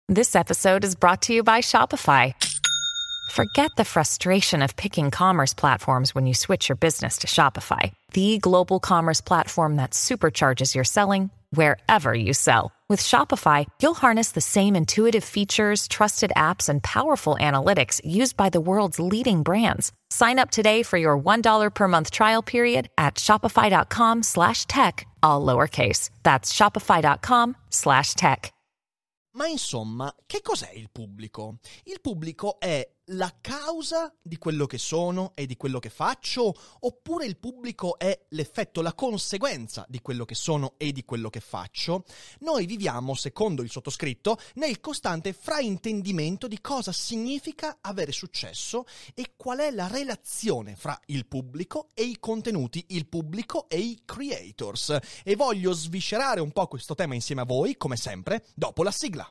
This episode is brought to you by Shopify. Forget the frustration of picking commerce platforms when you switch your business to Shopify, the global commerce platform that supercharges your selling wherever you sell. With Shopify, you'll harness the same intuitive features, trusted apps, and powerful analytics used by the world's leading brands. Sign up today for your $1 per month trial period at shopify.com/tech, all lowercase. That's shopify.com/tech. Ma insomma, che cos'è il pubblico? Il pubblico è la causa di quello che sono e di quello che faccio, oppure il pubblico è l'effetto, la conseguenza di quello che sono e di quello che faccio? Noi viviamo, secondo il sottoscritto, nel costante fraintendimento di cosa significa avere successo e qual è la relazione fra il pubblico e i contenuti, il pubblico e i creators. E voglio sviscerare un po' questo tema insieme a voi, come sempre, dopo la sigla.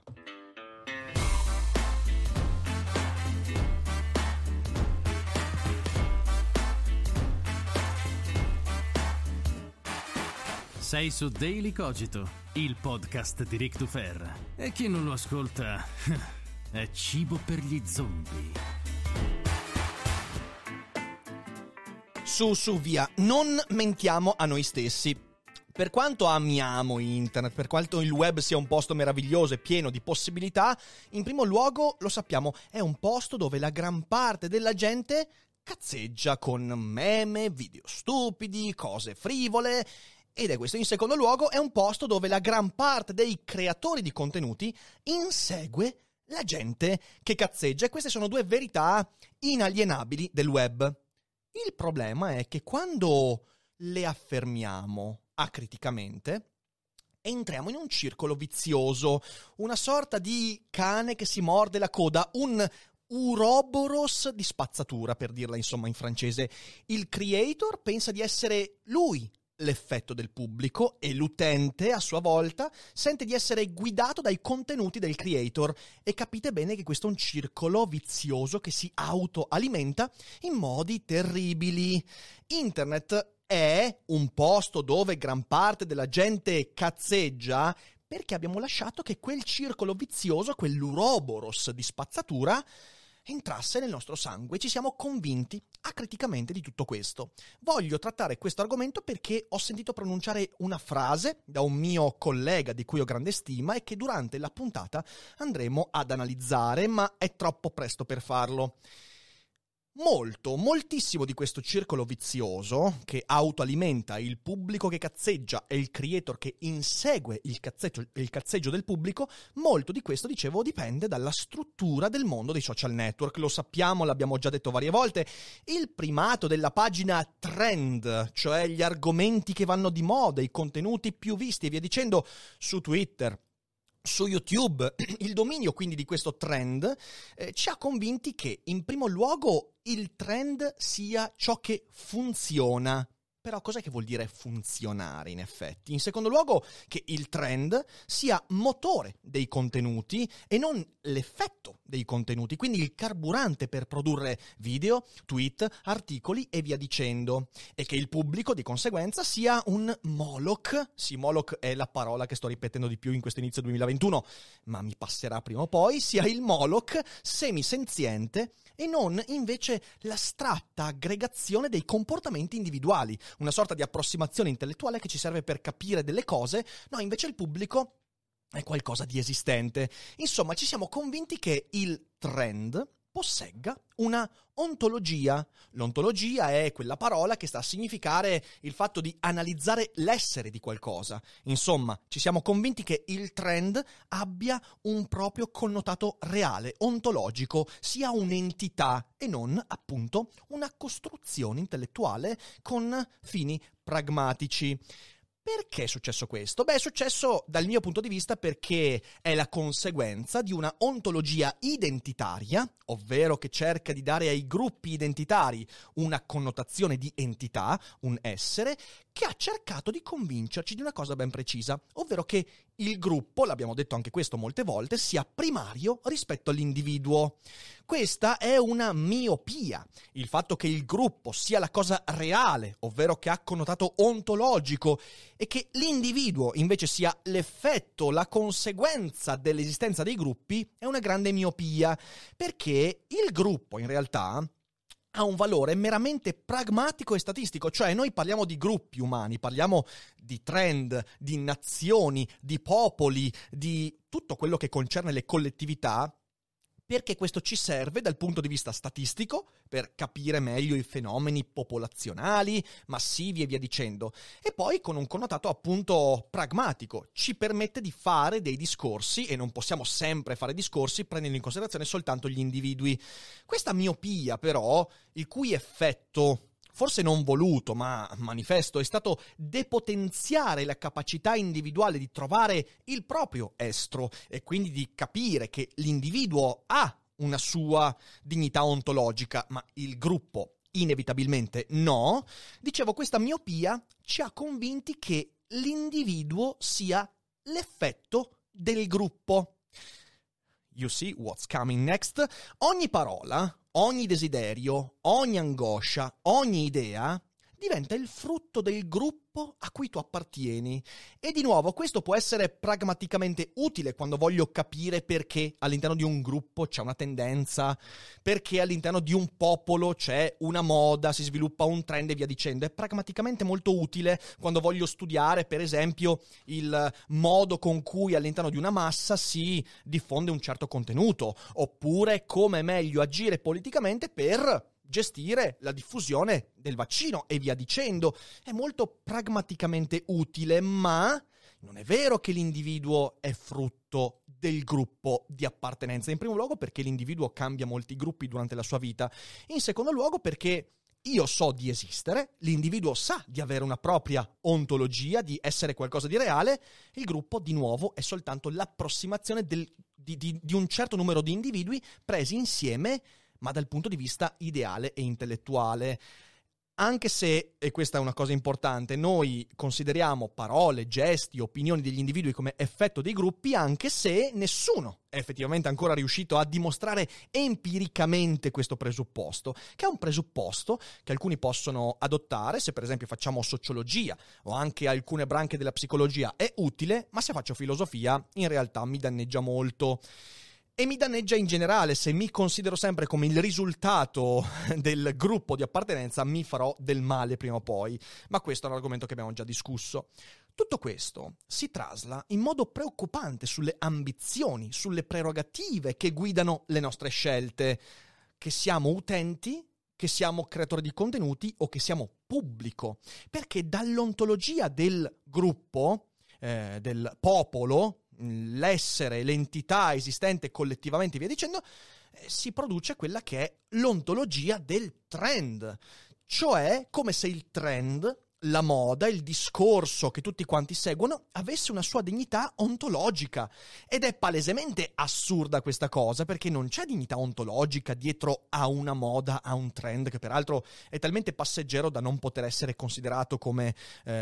Sei su Daily Cogito, il podcast di Rick Dufer. E chi non lo ascolta è cibo per gli zombie. Su, via, non mentiamo a noi stessi. Per quanto amiamo internet, per quanto il web sia un posto meraviglioso e pieno di possibilità, in primo luogo, lo sappiamo, è un posto dove la gran parte della gente cazzeggia con meme, video stupidi, cose frivole. Ed è questo. In secondo luogo, è un posto dove la gran parte dei creatori di contenuti insegue la gente che cazzeggia. E queste sono due verità inalienabili del web. Il problema è che quando le affermiamo acriticamente, entriamo in un circolo vizioso, una sorta di cane che si morde la coda, un Uroboros di spazzatura, per dirla insomma in francese. Il creator pensa di essere lui l'effetto del pubblico e l'utente, a sua volta, sente di essere guidato dai contenuti del creator. E capite bene che questo è un circolo vizioso che si autoalimenta in modi terribili. Internet è un posto dove gran parte della gente cazzeggia perché abbiamo lasciato che quel circolo vizioso, quell'Uroboros di spazzatura, entrasse nel nostro sangue. Ci siamo convinti acriticamente di tutto questo. Voglio trattare questo argomento perché ho sentito pronunciare una frase da un mio collega di cui ho grande stima e che durante la puntata andremo ad analizzare, ma è troppo presto per farlo. Moltissimo di questo circolo vizioso che autoalimenta il pubblico che cazzeggia e il creator che insegue il cazzeggio del pubblico, molto di questo, dicevo, dipende dalla struttura del mondo dei social network. Lo sappiamo, l'abbiamo già detto varie volte, il primato della pagina trend, cioè gli argomenti che vanno di moda, i contenuti più visti e via dicendo, su Twitter, su YouTube, il dominio quindi di questo trend ci ha convinti che in primo luogo il trend sia ciò che funziona. Però cos'è che vuol dire funzionare in effetti? In secondo luogo che il trend sia motore dei contenuti e non l'effetto dei contenuti, quindi il carburante per produrre video, tweet, articoli e via dicendo. E che il pubblico di conseguenza sia un Moloch. Sì, Moloch è la parola che sto ripetendo di più in questo inizio 2021, ma mi passerà prima o poi, sia il Moloch semisenziente e non invece l'astratta aggregazione dei comportamenti individuali, una sorta di approssimazione intellettuale che ci serve per capire delle cose. No, invece il pubblico è qualcosa di esistente. Insomma, ci siamo convinti che il trend possegga una ontologia. L'ontologia è quella parola che sta a significare il fatto di analizzare l'essere di qualcosa. Insomma, ci siamo convinti che il trend abbia un proprio connotato reale, ontologico, sia un'entità e non, appunto, una costruzione intellettuale con fini pragmatici. Perché è successo questo? Beh, è successo dal mio punto di vista perché è la conseguenza di una ontologia identitaria, ovvero che cerca di dare ai gruppi identitari una connotazione di entità, un essere, che ha cercato di convincerci di una cosa ben precisa, ovvero che il gruppo, l'abbiamo detto anche questo molte volte, sia primario rispetto all'individuo. Questa è una miopia. Il fatto che il gruppo sia la cosa reale, ovvero che ha connotato ontologico, e che l'individuo invece sia l'effetto, la conseguenza dell'esistenza dei gruppi, è una grande miopia, perché il gruppo in realtà ha un valore meramente pragmatico e statistico, cioè noi parliamo di gruppi umani, parliamo di trend, di nazioni, di popoli, di tutto quello che concerne le collettività, perché questo ci serve dal punto di vista statistico per capire meglio i fenomeni popolazionali, massivi e via dicendo, e poi con un connotato appunto pragmatico, ci permette di fare dei discorsi, e non possiamo sempre fare discorsi prendendo in considerazione soltanto gli individui. Questa miopia però, il cui effetto forse non voluto, ma manifesto, è stato depotenziare la capacità individuale di trovare il proprio estro e quindi di capire che l'individuo ha una sua dignità ontologica, ma il gruppo inevitabilmente no. Dicevo, questa miopia ci ha convinti che l'individuo sia l'effetto del gruppo. You see what's coming next? Ogni parola, ogni desiderio, ogni angoscia, ogni idea diventa il frutto del gruppo a cui tu appartieni. E di nuovo, questo può essere pragmaticamente utile quando voglio capire perché all'interno di un gruppo c'è una tendenza, perché all'interno di un popolo c'è una moda, si sviluppa un trend e via dicendo. È pragmaticamente molto utile quando voglio studiare, per esempio, il modo con cui all'interno di una massa si diffonde un certo contenuto, oppure come è meglio agire politicamente per gestire la diffusione del vaccino e via dicendo. È molto pragmaticamente utile, ma non è vero che l'individuo è frutto del gruppo di appartenenza. In primo luogo perché l'individuo cambia molti gruppi durante la sua vita. In secondo luogo perché io so di esistere, l'individuo sa di avere una propria ontologia, di essere qualcosa di reale. Il gruppo, di nuovo, è soltanto l'approssimazione di un certo numero di individui presi insieme, ma dal punto di vista ideale e intellettuale. Anche se, e questa è una cosa importante, noi consideriamo parole, gesti, opinioni degli individui come effetto dei gruppi, anche se nessuno è effettivamente ancora riuscito a dimostrare empiricamente questo presupposto, che è un presupposto che alcuni possono adottare se per esempio facciamo sociologia o anche alcune branche della psicologia è utile, ma se faccio filosofia in realtà mi danneggia molto. E mi danneggia in generale. Se mi considero sempre come il risultato del gruppo di appartenenza, mi farò del male prima o poi. Ma questo è un argomento che abbiamo già discusso. Tutto questo si trasla in modo preoccupante sulle ambizioni, sulle prerogative che guidano le nostre scelte. Che siamo utenti, che siamo creatori di contenuti o che siamo pubblico. Perché dall'ontologia del gruppo, del popolo, l'essere, l'entità esistente collettivamente via dicendo, si produce quella che è l'ontologia del trend, cioè come se il trend, la moda, il discorso che tutti quanti seguono avesse una sua dignità ontologica. Ed è palesemente assurda questa cosa, perché non c'è dignità ontologica dietro a una moda, a un trend che peraltro è talmente passeggero da non poter essere considerato come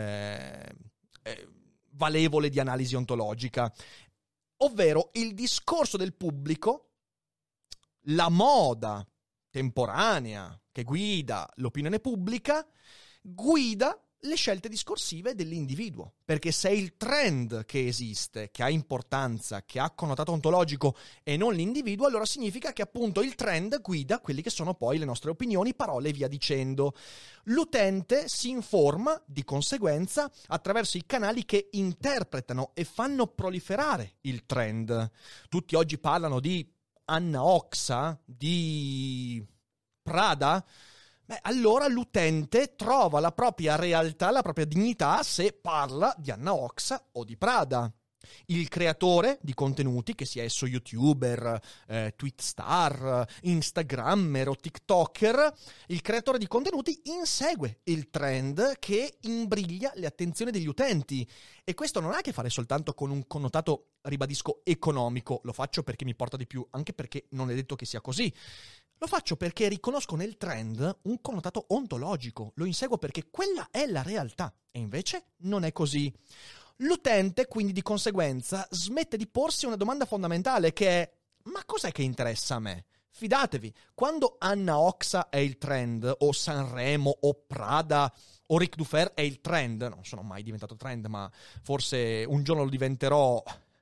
valevole di analisi ontologica, ovvero il discorso del pubblico, la moda temporanea che guida l'opinione pubblica, guida le scelte discorsive dell'individuo, perché se è il trend che esiste, che ha importanza, che ha connotato ontologico e non l'individuo, allora significa che appunto il trend guida quelli che sono poi le nostre opinioni, parole e via dicendo. L'utente si informa di conseguenza attraverso i canali che interpretano e fanno proliferare il trend. Tutti oggi parlano di Anna Oxa, di Prada. Beh, allora l'utente trova la propria realtà, la propria dignità se parla di Anna Oxa o di Prada. Il creatore di contenuti, che sia esso youtuber, tweetstar, instagrammer o tiktoker, il creatore di contenuti insegue il trend che imbriglia le attenzioni degli utenti. E questo non ha a che fare soltanto con un connotato, ribadisco, economico. Lo faccio perché mi porta di più, anche perché non è detto che sia così. Lo faccio perché riconosco nel trend un connotato ontologico, lo inseguo perché quella è la realtà, e invece non è così. L'utente, quindi di conseguenza, smette di porsi una domanda fondamentale che è: ma cos'è che interessa a me? Fidatevi, quando Anna Oxa è il trend, o Sanremo, o Prada, o Ric Dufer è il trend, non sono mai diventato trend, ma forse un giorno lo diventerò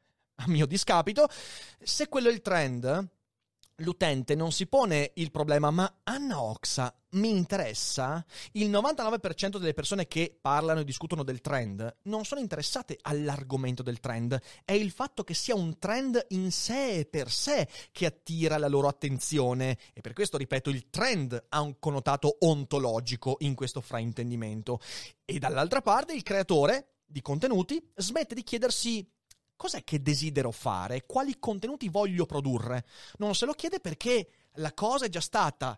a mio discapito, se quello è il trend, l'utente non si pone il problema: ma Anna Oxa mi interessa? Il 99% delle persone che parlano e discutono del trend non sono interessate all'argomento del trend, è il fatto che sia un trend in sé e per sé che attira la loro attenzione, e per questo, ripeto, il trend ha un connotato ontologico in questo fraintendimento. E dall'altra parte il creatore di contenuti smette di chiedersi: cos'è che desidero fare? Quali contenuti voglio produrre? Non se lo chiede perché la cosa è già stata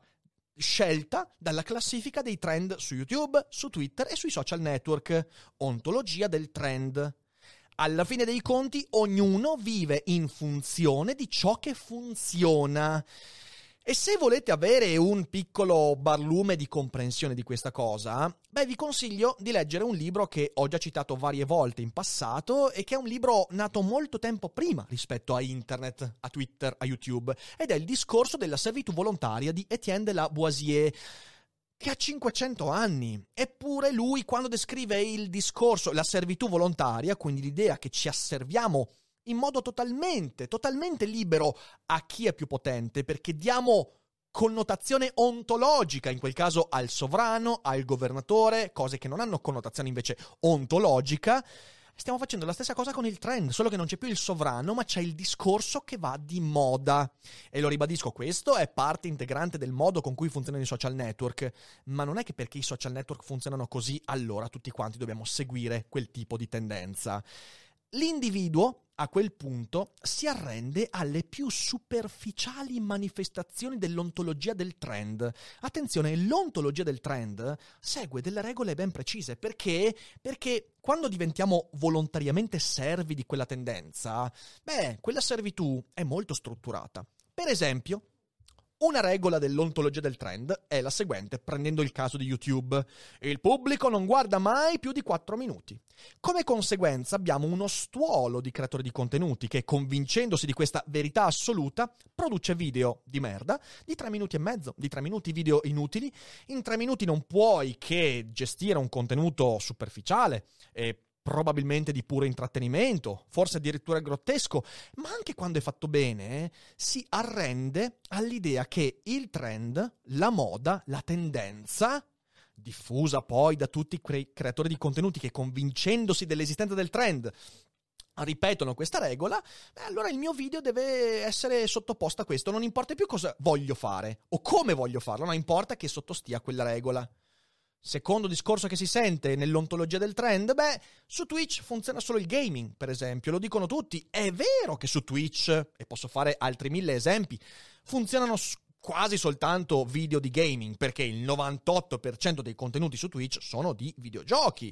scelta dalla classifica dei trend su YouTube, su Twitter e sui social network. Ontologia del trend. Alla fine dei conti, ognuno vive in funzione di ciò che funziona. E se volete avere un piccolo barlume di comprensione di questa cosa, vi consiglio di leggere un libro che ho già citato varie volte in passato e che è un libro nato molto tempo prima rispetto a internet, a Twitter, a YouTube, ed è Il discorso della servitù volontaria di Etienne de la Boisier, che ha 500 anni. Eppure lui, quando descrive il discorso, la servitù volontaria, quindi l'idea che ci asserviamo in modo totalmente libero a chi è più potente, perché diamo connotazione ontologica, in quel caso al sovrano, al governatore, cose che non hanno connotazione invece ontologica. Stiamo facendo la stessa cosa con il trend, solo che non c'è più il sovrano, ma c'è il discorso che va di moda. E lo ribadisco, questo è parte integrante del modo con cui funzionano i social network, ma non è che perché i social network funzionano così, allora tutti quanti dobbiamo seguire quel tipo di tendenza. L'individuo, a quel punto, si arrende alle più superficiali manifestazioni dell'ontologia del trend. Attenzione, l'ontologia del trend segue delle regole ben precise. Perché? Perché quando diventiamo volontariamente servi di quella tendenza, quella servitù è molto strutturata. Per esempio, una regola dell'ontologia del trend è la seguente, prendendo il caso di YouTube: il pubblico non guarda mai più di 4 minuti. Come conseguenza abbiamo uno stuolo di creatori di contenuti che, convincendosi di questa verità assoluta, produce video di merda di 3 minuti e mezzo, di 3 minuti video inutili. In 3 minuti non puoi che gestire un contenuto superficiale e probabilmente di puro intrattenimento, forse addirittura grottesco, ma anche quando è fatto bene si arrende all'idea che il trend, la moda, la tendenza, diffusa poi da tutti quei creatori di contenuti che, convincendosi dell'esistenza del trend, ripetono questa regola, allora il mio video deve essere sottoposto a questo, non importa più cosa voglio fare o come voglio farlo, ma importa che sottostia a quella regola. Secondo discorso che si sente nell'ontologia del trend, su Twitch funziona solo il gaming, per esempio, lo dicono tutti. È vero che su Twitch, e posso fare altri 1000 esempi, funzionano quasi soltanto video di gaming, perché il 98% dei contenuti su Twitch sono di videogiochi.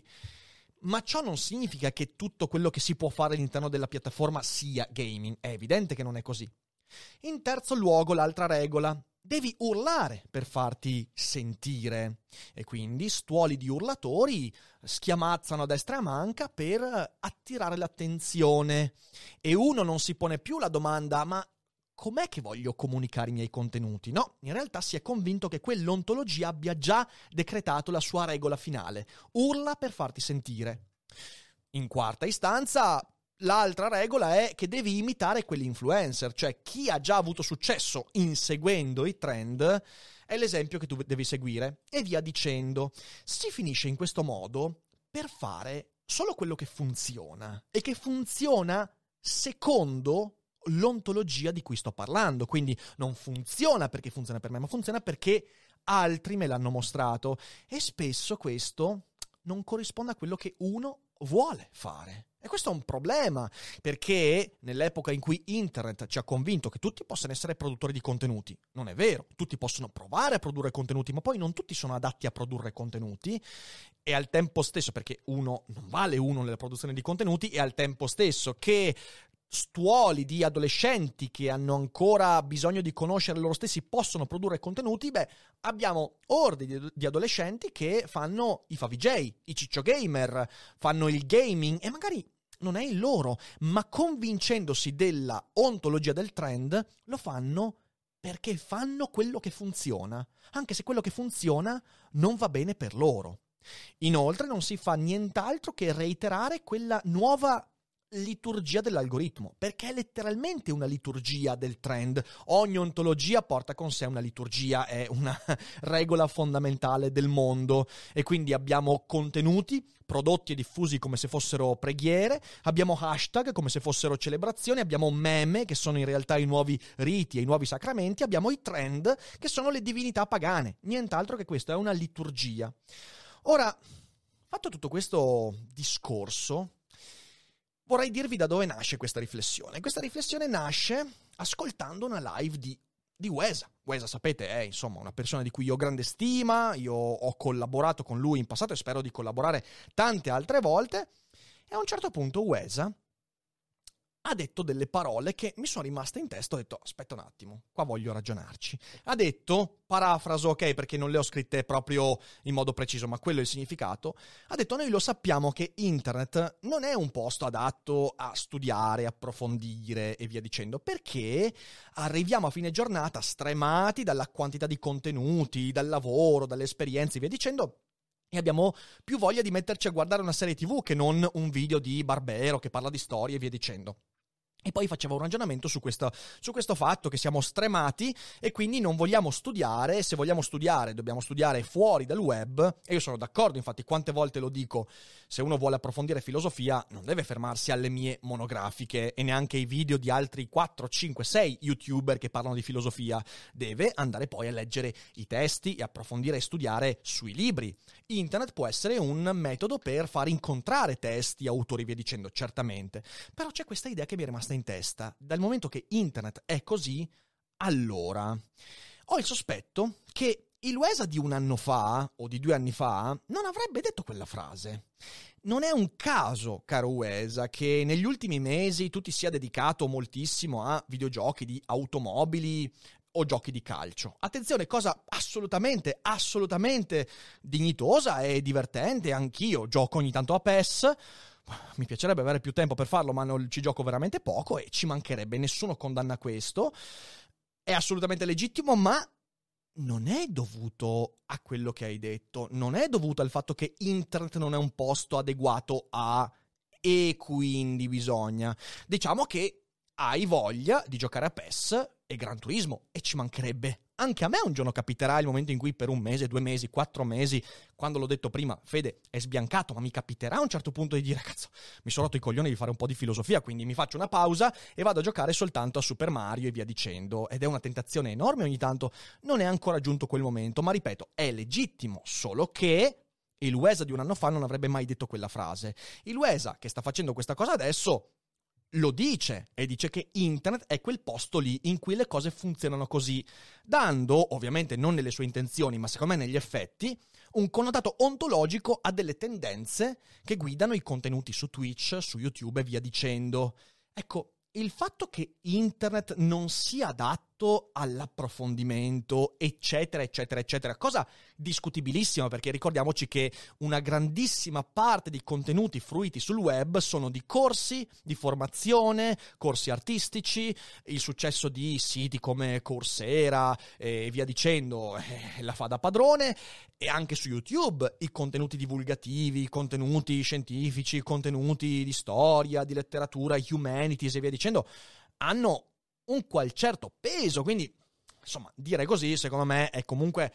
Ma ciò non significa che tutto quello che si può fare all'interno della piattaforma sia gaming. È evidente che non è così. In terzo luogo, l'altra regola: devi urlare per farti sentire. E quindi stuoli di urlatori schiamazzano a destra e a manca per attirare l'attenzione. E uno non si pone più la domanda: ma com'è che voglio comunicare i miei contenuti? No, in realtà si è convinto che quell'ontologia abbia già decretato la sua regola finale: urla per farti sentire. In quarta istanza, l'altra regola è che devi imitare quegli influencer, cioè chi ha già avuto successo inseguendo i trend è l'esempio che tu devi seguire, e via dicendo. Si finisce in questo modo per fare solo quello che funziona, e che funziona secondo l'ontologia di cui sto parlando. Quindi non funziona perché funziona per me, ma funziona perché altri me l'hanno mostrato, e spesso questo non corrisponde a quello che uno vuole fare. E questo è un problema, perché nell'epoca in cui internet ci ha convinto che tutti possono essere produttori di contenuti, non è vero, tutti possono provare a produrre contenuti, ma poi non tutti sono adatti a produrre contenuti, e al tempo stesso, perché uno non vale uno nella produzione di contenuti, e al tempo stesso che stuoli di adolescenti che hanno ancora bisogno di conoscere loro stessi possono produrre contenuti, abbiamo orde di adolescenti che fanno i favij, i ciccio gamer, fanno il gaming e magari non è il loro, ma convincendosi della ontologia del trend lo fanno perché fanno quello che funziona, anche se quello che funziona non va bene per loro. Inoltre non si fa nient'altro che reiterare quella nuova liturgia dell'algoritmo, perché è letteralmente una liturgia del trend. Ogni ontologia porta con sé una liturgia, è una regola fondamentale del mondo, e quindi abbiamo contenuti prodotti e diffusi come se fossero preghiere, abbiamo hashtag come se fossero celebrazioni, abbiamo meme che sono in realtà i nuovi riti e i nuovi sacramenti, abbiamo i trend che sono le divinità pagane, nient'altro che questo, è una liturgia. Ora, fatto tutto questo discorso, vorrei dirvi da dove nasce questa riflessione. Questa riflessione nasce ascoltando una live di Wesa. Wesa, sapete, è insomma una persona di cui io ho grande stima, io ho collaborato con lui in passato e spero di collaborare tante altre volte, e a un certo punto Wesa ha detto delle parole che mi sono rimaste in testa. Ho detto, aspetta un attimo, qua voglio ragionarci. Ha detto, parafraso, ok, perché non le ho scritte proprio in modo preciso, ma quello è il significato. Ha detto, noi lo sappiamo che internet non è un posto adatto a studiare, approfondire e via dicendo, perché arriviamo a fine giornata stremati dalla quantità di contenuti, dal lavoro, dalle esperienze e via dicendo, e abbiamo più voglia di metterci a guardare una serie TV che non un video di Barbero che parla di storie e via dicendo. E poi faceva un ragionamento su questo fatto che siamo stremati e quindi non vogliamo studiare. Se vogliamo studiare, dobbiamo studiare fuori dal web. E io sono d'accordo, infatti, quante volte lo dico, se uno vuole approfondire filosofia non deve fermarsi alle mie monografiche e neanche ai video di altri 4, 5, 6 youtuber che parlano di filosofia. Deve andare poi a leggere i testi e approfondire e studiare sui libri. Internet può essere un metodo per far incontrare testi, autori e via dicendo, certamente. Però c'è questa idea che mi è rimasta in testa. Dal momento che internet è così, allora ho il sospetto che il Wesa di un anno fa o di 2 anni fa non avrebbe detto quella frase. Non è un caso, caro Wesa, che negli ultimi mesi tu ti sia dedicato moltissimo a videogiochi di automobili o giochi di calcio. Attenzione, cosa assolutamente dignitosa e divertente. Anch'io gioco ogni tanto a PES. Mi piacerebbe avere più tempo per farlo, ma non ci gioco veramente poco e ci mancherebbe, nessuno condanna questo. È assolutamente legittimo, ma non è dovuto a quello che hai detto, non è dovuto al fatto che internet non è un posto adeguato a, e quindi bisogna. Diciamo che hai voglia di giocare a PES e Gran Turismo, e ci mancherebbe. Anche a me un giorno capiterà il momento in cui per 1 mese, 2 mesi, 4 mesi, quando l'ho detto prima, Fede è sbiancato, ma mi capiterà a un certo punto di dire, cazzo, mi sono rotto i coglioni di fare un po' di filosofia, quindi mi faccio una pausa e vado a giocare soltanto a Super Mario e via dicendo. Ed è una tentazione enorme ogni tanto, non è ancora giunto quel momento, ma ripeto, è legittimo, solo che il Wesa di un anno fa non avrebbe mai detto quella frase. Il Wesa che sta facendo questa cosa adesso lo dice, e dice che internet è quel posto lì in cui le cose funzionano così, dando, ovviamente non nelle sue intenzioni, ma secondo me negli effetti, un connotato ontologico a delle tendenze che guidano i contenuti su Twitch, su YouTube e via dicendo. Ecco, il fatto che internet non sia adatto all'approfondimento, eccetera, eccetera, eccetera, cosa discutibilissima, perché ricordiamoci che una grandissima parte dei contenuti fruiti sul web sono di corsi, di formazione, corsi artistici, il successo di siti come Coursera e via dicendo la fa da padrone, e anche su YouTube i contenuti divulgativi, i contenuti scientifici, i contenuti di storia, di letteratura, humanities e via dicendo, hanno un qual certo peso, quindi insomma dire così secondo me è comunque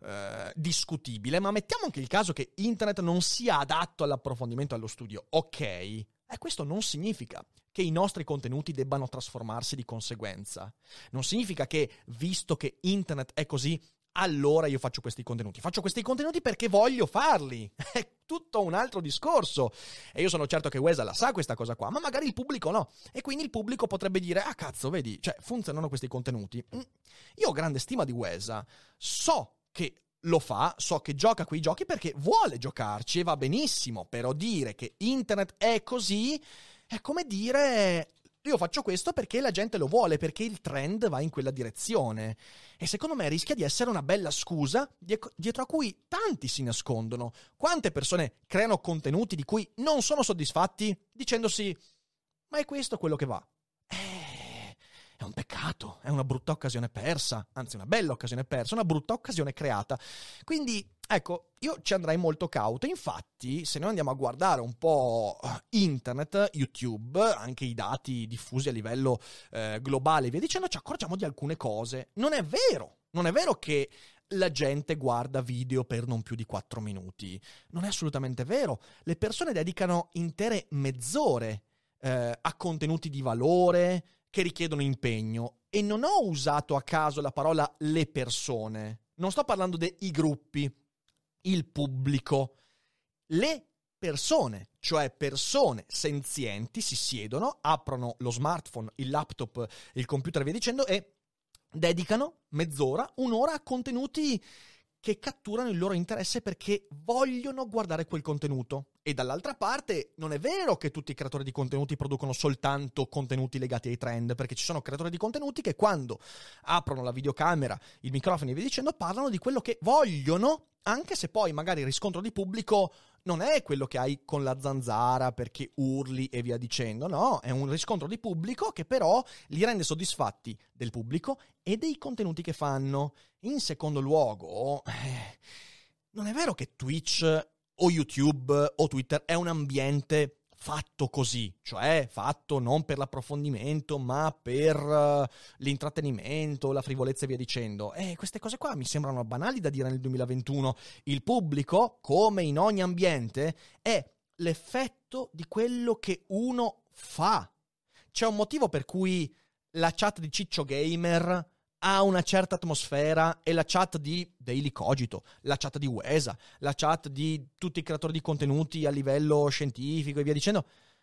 discutibile. Ma mettiamo anche il caso che internet non sia adatto all'approfondimento e allo studio, ok, e questo non significa che i nostri contenuti debbano trasformarsi di conseguenza, non significa che visto che internet è così allora io faccio questi contenuti perché voglio farli. È tutto un altro discorso. E io sono certo che Wesa la sa questa cosa qua, ma magari il pubblico no. E quindi il pubblico potrebbe dire, ah cazzo, vedi, cioè funzionano questi contenuti. Io ho grande stima di Wesa, so che lo fa, so che gioca quei giochi perché vuole giocarci e va benissimo, però dire che internet è così è come dire io faccio questo perché la gente lo vuole, perché il trend va in quella direzione. E secondo me rischia di essere una bella scusa dietro a cui tanti si nascondono. Quante persone creano contenuti di cui non sono soddisfatti, dicendosi: ma è questo quello che va? È un peccato, è una brutta occasione persa, anzi una bella occasione persa, una brutta occasione creata. Quindi, ecco, io ci andrei molto cauto. Infatti, se noi andiamo a guardare un po' internet, YouTube, anche i dati diffusi a livello globale e via dicendo, ci accorgiamo di alcune cose. Non è vero che la gente guarda video per non più di 4 minuti. Non è assolutamente vero. Le persone dedicano intere mezz'ore a contenuti di valore che richiedono impegno, e non ho usato a caso la parola le persone, non sto parlando dei gruppi, il pubblico, le persone, cioè persone senzienti si siedono, aprono lo smartphone, il laptop, il computer e via dicendo e dedicano mezz'ora, un'ora a contenuti che catturano il loro interesse perché vogliono guardare quel contenuto. E dall'altra parte non è vero che tutti i creatori di contenuti producono soltanto contenuti legati ai trend, perché ci sono creatori di contenuti che quando aprono la videocamera, il microfono e via dicendo parlano di quello che vogliono, anche se poi magari il riscontro di pubblico non è quello che hai con la zanzara perché urli e via dicendo, no, è un riscontro di pubblico che però li rende soddisfatti del pubblico e dei contenuti che fanno. In secondo luogo, non è vero che Twitch o YouTube o Twitter è un ambiente fatto così, cioè fatto non per l'approfondimento ma per l'intrattenimento, la frivolezza e via dicendo. Queste cose qua mi sembrano banali da dire nel 2021. Il pubblico, come in ogni ambiente, è l'effetto di quello che uno fa. C'è un motivo per cui la chat di Ciccio Gamer ha una certa atmosfera e la chat di Daily Cogito, la chat di Wesa, la chat di tutti i creatori di contenuti a livello scientifico e via dicendo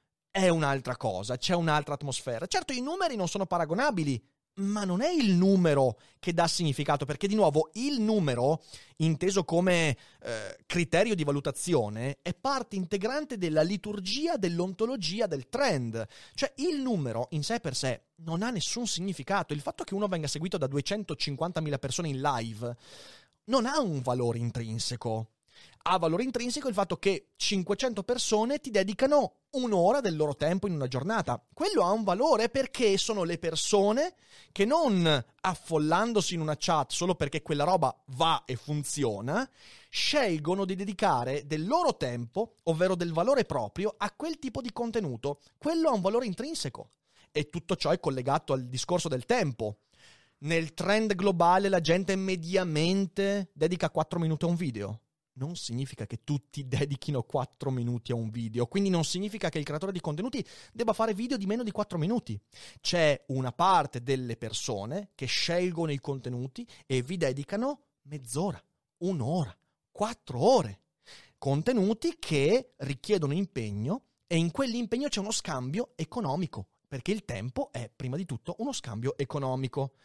è un'altra cosa, c'è un'altra atmosfera. Certo, i numeri non sono paragonabili, ma non è il numero che dà significato, perché di nuovo il numero, inteso come criterio di valutazione, è parte integrante della liturgia, dell'ontologia del trend. Cioè il numero in sé per sé non ha nessun significato. Il fatto che uno venga seguito da 250.000 persone in live non ha un valore intrinseco. Ha valore intrinseco il fatto che 500 persone ti dedicano un'ora del loro tempo in una giornata. Quello ha un valore perché sono le persone che, non affollandosi in una chat solo perché quella roba va e funziona, scelgono di dedicare del loro tempo, ovvero del valore proprio, a quel tipo di contenuto. Quello ha un valore intrinseco. E tutto ciò è collegato al discorso del tempo. Nel trend globale la gente mediamente dedica 4 minuti a un video. Non significa che tutti dedichino 4 minuti a un video, quindi non significa che il creatore di contenuti debba fare video di meno di 4 minuti. C'è una parte delle persone che scelgono i contenuti e vi dedicano mezz'ora, un'ora, 4 ore. Contenuti che richiedono impegno e in quell'impegno c'è uno scambio economico, perché il tempo è prima di tutto uno scambio economico.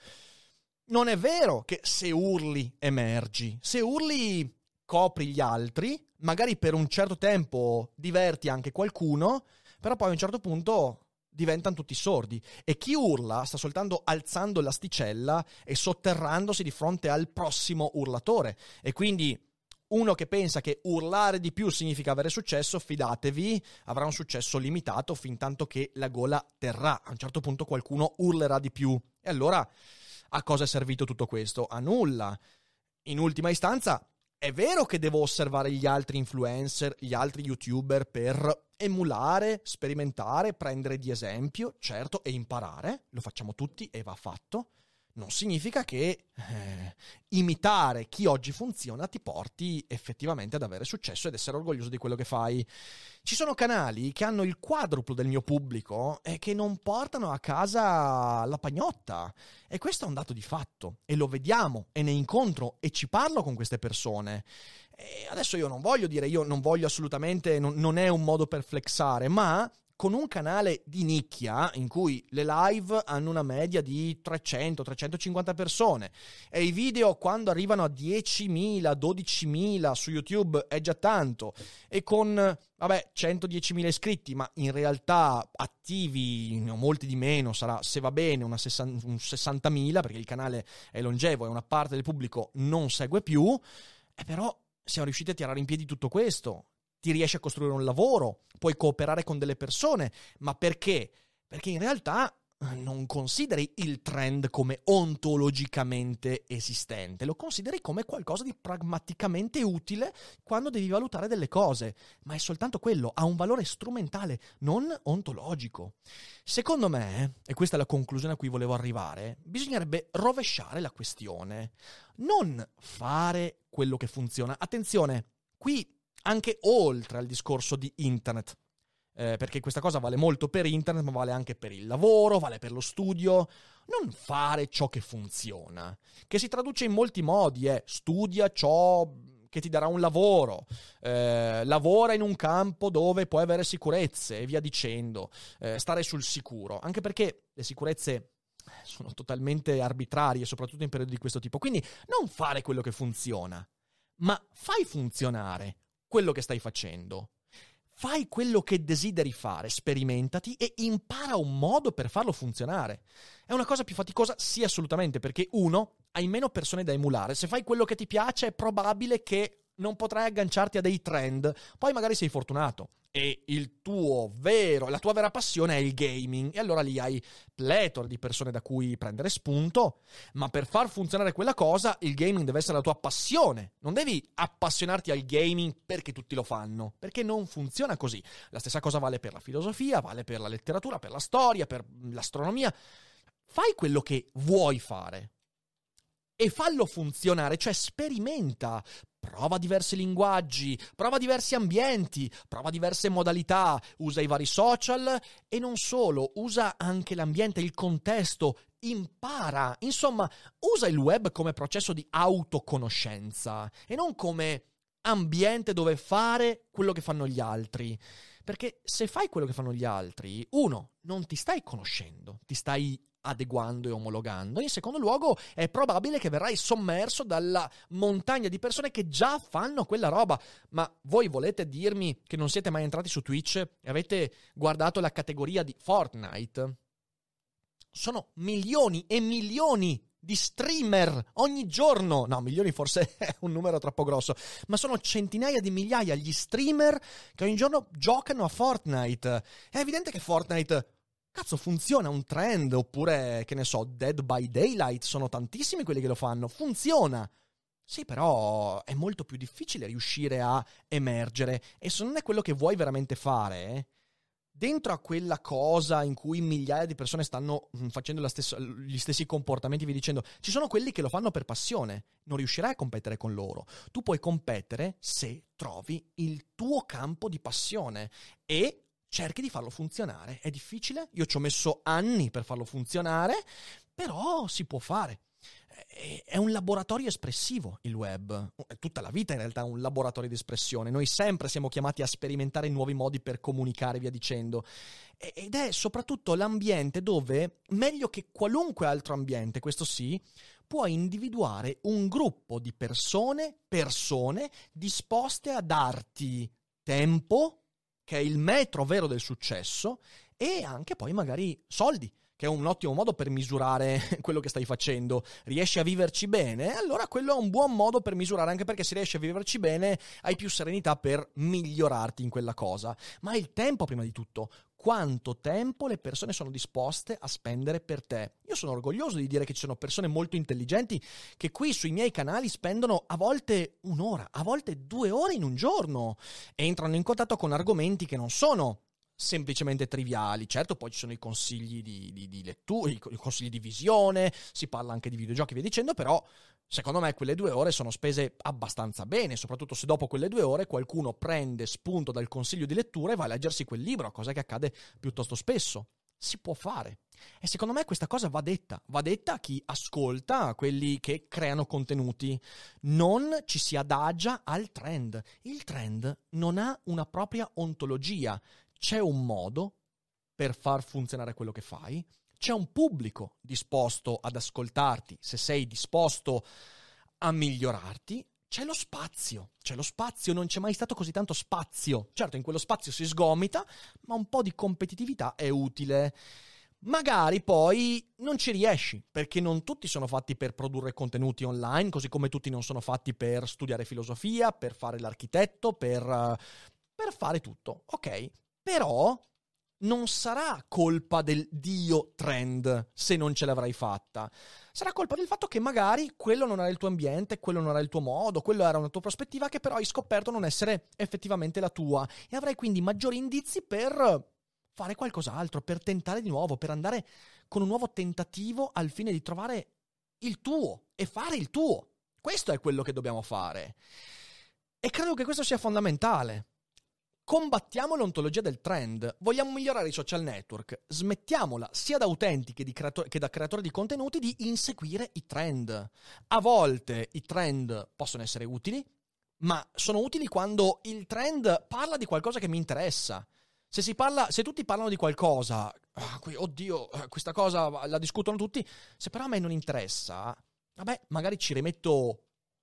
Non è vero che se urli emergi, se urli copri gli altri, magari per un certo tempo diverti anche qualcuno, però poi a un certo punto diventano tutti sordi. E chi urla sta soltanto alzando l'asticella e sotterrandosi di fronte al prossimo urlatore. E quindi uno che pensa che urlare di più significa avere successo, fidatevi, avrà un successo limitato fin tanto che la gola terrà. A un certo punto qualcuno urlerà di più. E allora a cosa è servito tutto questo? A nulla. In ultima istanza, è vero che devo osservare gli altri influencer, gli altri youtuber per emulare, sperimentare, prendere di esempio, certo, e imparare, lo facciamo tutti e va fatto. Non significa che imitare chi oggi funziona ti porti effettivamente ad avere successo ed essere orgoglioso di quello che fai. Ci sono canali che hanno il quadruplo del mio pubblico e che non portano a casa la pagnotta. E questo è un dato di fatto. E lo vediamo, e ne incontro, e ci parlo con queste persone. E adesso io non voglio dire, io non voglio assolutamente, non è un modo per flexare, ma con un canale di nicchia in cui le live hanno una media di 300-350 persone e i video quando arrivano a 10.000, 12.000 su YouTube è già tanto, e con 110.000 iscritti, ma in realtà attivi molti di meno, sarà, se va bene, un 60.000, perché il canale è longevo e una parte del pubblico non segue più, e però siamo riusciti a tirare in piedi tutto questo. Ti riesci a costruire un lavoro, puoi cooperare con delle persone, ma perché? Perché in realtà non consideri il trend come ontologicamente esistente, lo consideri come qualcosa di pragmaticamente utile quando devi valutare delle cose, ma è soltanto quello, ha un valore strumentale, non ontologico. Secondo me, e questa è la conclusione a cui volevo arrivare, bisognerebbe rovesciare la questione, non fare quello che funziona. Attenzione, qui anche oltre al discorso di internet, perché questa cosa vale molto per internet, ma vale anche per il lavoro, vale per lo studio. Non fare ciò che funziona, che si traduce in molti modi, studia ciò che ti darà un lavoro, lavora in un campo dove puoi avere sicurezze e via dicendo, stare sul sicuro, anche perché le sicurezze sono totalmente arbitrarie, soprattutto in periodi di questo tipo. Quindi non fare quello che funziona, ma fai funzionare quello che stai facendo. Fai quello che desideri fare, sperimentati e impara un modo per farlo funzionare. È una cosa più faticosa? Sì, assolutamente, perché uno, hai meno persone da emulare. Se fai quello che ti piace è probabile che non potrai agganciarti a dei trend. Poi magari sei fortunato e la tua vera passione è il gaming, e allora lì hai pletora di persone da cui prendere spunto, ma per far funzionare quella cosa il gaming deve essere la tua passione. Non devi appassionarti al gaming perché tutti lo fanno, perché non funziona così. La stessa cosa vale per la filosofia, vale per la letteratura, per la storia, per l'astronomia. Fai quello che vuoi fare e fallo funzionare, cioè sperimenta, prova diversi linguaggi, prova diversi ambienti, prova diverse modalità, usa i vari social e non solo, usa anche l'ambiente, il contesto, impara, insomma, usa il web come processo di autoconoscenza e non come ambiente dove fare quello che fanno gli altri. Perché se fai quello che fanno gli altri, uno, non ti stai conoscendo, ti stai adeguando e omologando. In secondo luogo, è probabile che verrai sommerso dalla montagna di persone che già fanno quella roba. Ma voi volete dirmi che non siete mai entrati su Twitch e avete guardato la categoria di Fortnite? Sono milioni e milioni di streamer ogni giorno. No, milioni forse è un numero troppo grosso, ma sono centinaia di migliaia gli streamer che ogni giorno giocano a Fortnite. È evidente che Fortnite, cazzo, funziona, un trend, oppure, che ne so, Dead by Daylight, sono tantissimi quelli che lo fanno, funziona. Sì, però è molto più difficile riuscire a emergere, e se non è quello che vuoi veramente fare, dentro a quella cosa in cui migliaia di persone stanno facendo gli stessi comportamenti, vi dicendo, ci sono quelli che lo fanno per passione, non riuscirai a competere con loro. Tu puoi competere se trovi il tuo campo di passione e cerchi di farlo funzionare. È difficile? Io ci ho messo anni per farlo funzionare, però si può fare. È un laboratorio espressivo il web, tutta la vita in realtà è un laboratorio di espressione. Noi sempre siamo chiamati a sperimentare nuovi modi per comunicare, via dicendo, ed è soprattutto l'ambiente dove, meglio che qualunque altro ambiente, questo sì, puoi individuare un gruppo di persone disposte a darti tempo, che è il metro vero del successo, e anche poi magari soldi, che è un ottimo modo per misurare quello che stai facendo. Riesci a viverci bene? Allora quello è un buon modo per misurare, anche perché se riesci a viverci bene hai più serenità per migliorarti in quella cosa. Ma il tempo prima di tutto. Quanto tempo le persone sono disposte a spendere per te? Io sono orgoglioso di dire che ci sono persone molto intelligenti che qui sui miei canali spendono a volte 1 ora, a volte 2 ore in un giorno, e entrano in contatto con argomenti che non sono semplicemente triviali. Certo, poi ci sono i consigli di lettura, i consigli di visione, si parla anche di videogiochi, via dicendo, però secondo me quelle 2 ore sono spese abbastanza bene, soprattutto se dopo quelle 2 ore qualcuno prende spunto dal consiglio di lettura e va a leggersi quel libro, cosa che accade piuttosto spesso. Si può fare. E secondo me questa cosa va detta a chi ascolta, a quelli che creano contenuti. Non ci si adagia al trend. Il trend non ha una propria ontologia. C'è un modo per far funzionare quello che fai, c'è un pubblico disposto ad ascoltarti, se sei disposto a migliorarti, c'è lo spazio, non c'è mai stato così tanto spazio. Certo, in quello spazio si sgomita, ma un po' di competitività è utile. Magari poi non ci riesci, perché non tutti sono fatti per produrre contenuti online, così come tutti non sono fatti per studiare filosofia, per fare l'architetto, per fare tutto, ok? Però non sarà colpa del dio trend se non ce l'avrai fatta. Sarà colpa del fatto che magari quello non era il tuo ambiente, quello non era il tuo modo, quello era una tua prospettiva che però hai scoperto non essere effettivamente la tua, e avrai quindi maggiori indizi per fare qualcos'altro, per tentare di nuovo, per andare con un nuovo tentativo al fine di trovare il tuo e fare il tuo. Questo è quello che dobbiamo fare. E credo che questo sia fondamentale. Combattiamo l'ontologia del trend. Vogliamo migliorare i social network. Smettiamola, sia da utenti che da creatori di contenuti, di inseguire i trend. A volte i trend possono essere utili, ma sono utili quando il trend parla di qualcosa che mi interessa. Se tutti parlano di qualcosa, oddio, questa cosa la discutono tutti, se però a me non interessa, vabbè, magari ci rimetto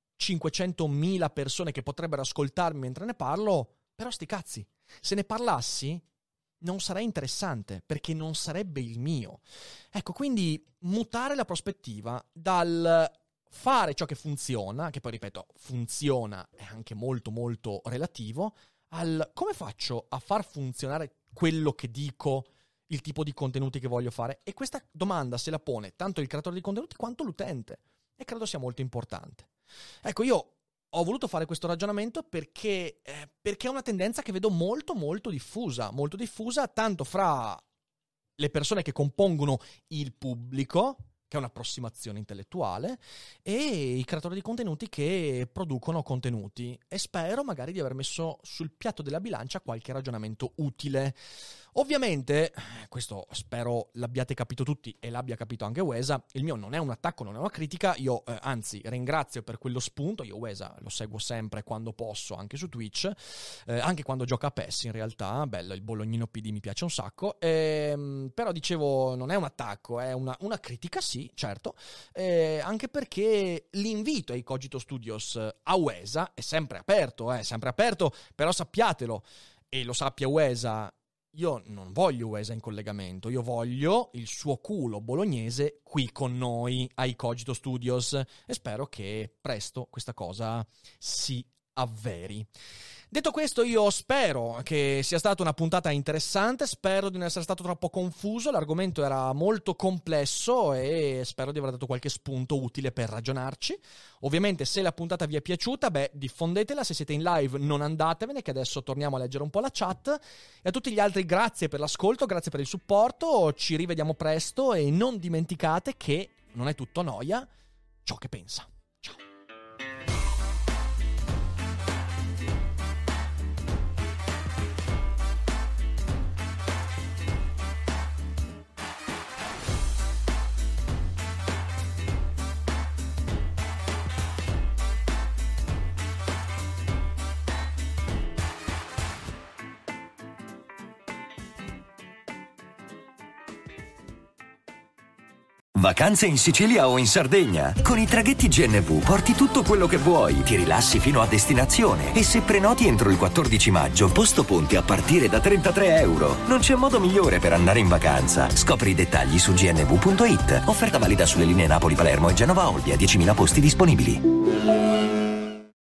500.000 persone che potrebbero ascoltarmi mentre ne parlo, però sti cazzi. Se ne parlassi, non sarei interessante, perché non sarebbe il mio. Ecco, quindi mutare la prospettiva dal fare ciò che funziona, che poi ripeto, funziona è anche molto molto relativo, al come faccio a far funzionare quello che dico, il tipo di contenuti che voglio fare. E questa domanda se la pone tanto il creatore di contenuti quanto l'utente, e credo sia molto importante. Ecco, io ho voluto fare questo ragionamento perché è una tendenza che vedo molto molto diffusa tanto fra le persone che compongono il pubblico, che è un'approssimazione intellettuale, e i creatori di contenuti che producono contenuti. E spero magari di aver messo sul piatto della bilancia qualche ragionamento utile. Ovviamente, questo spero l'abbiate capito tutti e l'abbia capito anche Uesa, il mio non è un attacco, non è una critica, io anzi ringrazio per quello spunto. Io Uesa lo seguo sempre quando posso, anche su Twitch, anche quando gioca a PES in realtà, bello, il Bolognino PD mi piace un sacco, però dicevo non è un attacco, è una critica sì, certo, anche perché l'invito ai Cogito Studios a Uesa è sempre aperto, però sappiatelo, e lo sappia Uesa. Io non voglio Uesa in collegamento, io voglio il suo culo bolognese qui con noi ai Cogito Studios, e spero che presto questa cosa si avveri. Detto questo, io spero che sia stata una puntata interessante, spero di non essere stato troppo confuso, l'argomento era molto complesso e spero di aver dato qualche spunto utile per ragionarci. Ovviamente se la puntata vi è piaciuta, diffondetela, se siete in live non andatevene, che adesso torniamo a leggere un po' la chat, e a tutti gli altri grazie per l'ascolto, grazie per il supporto, ci rivediamo presto e non dimenticate che non è tutto noia ciò che pensa. Vacanze in Sicilia o in Sardegna? Con i traghetti GNV porti tutto quello che vuoi, ti rilassi fino a destinazione e se prenoti entro il 14 maggio, posto ponti a partire da €33. Non c'è modo migliore per andare in vacanza. Scopri i dettagli su gnv.it. Offerta valida sulle linee Napoli-Palermo e Genova-Olbia, 10.000 posti disponibili.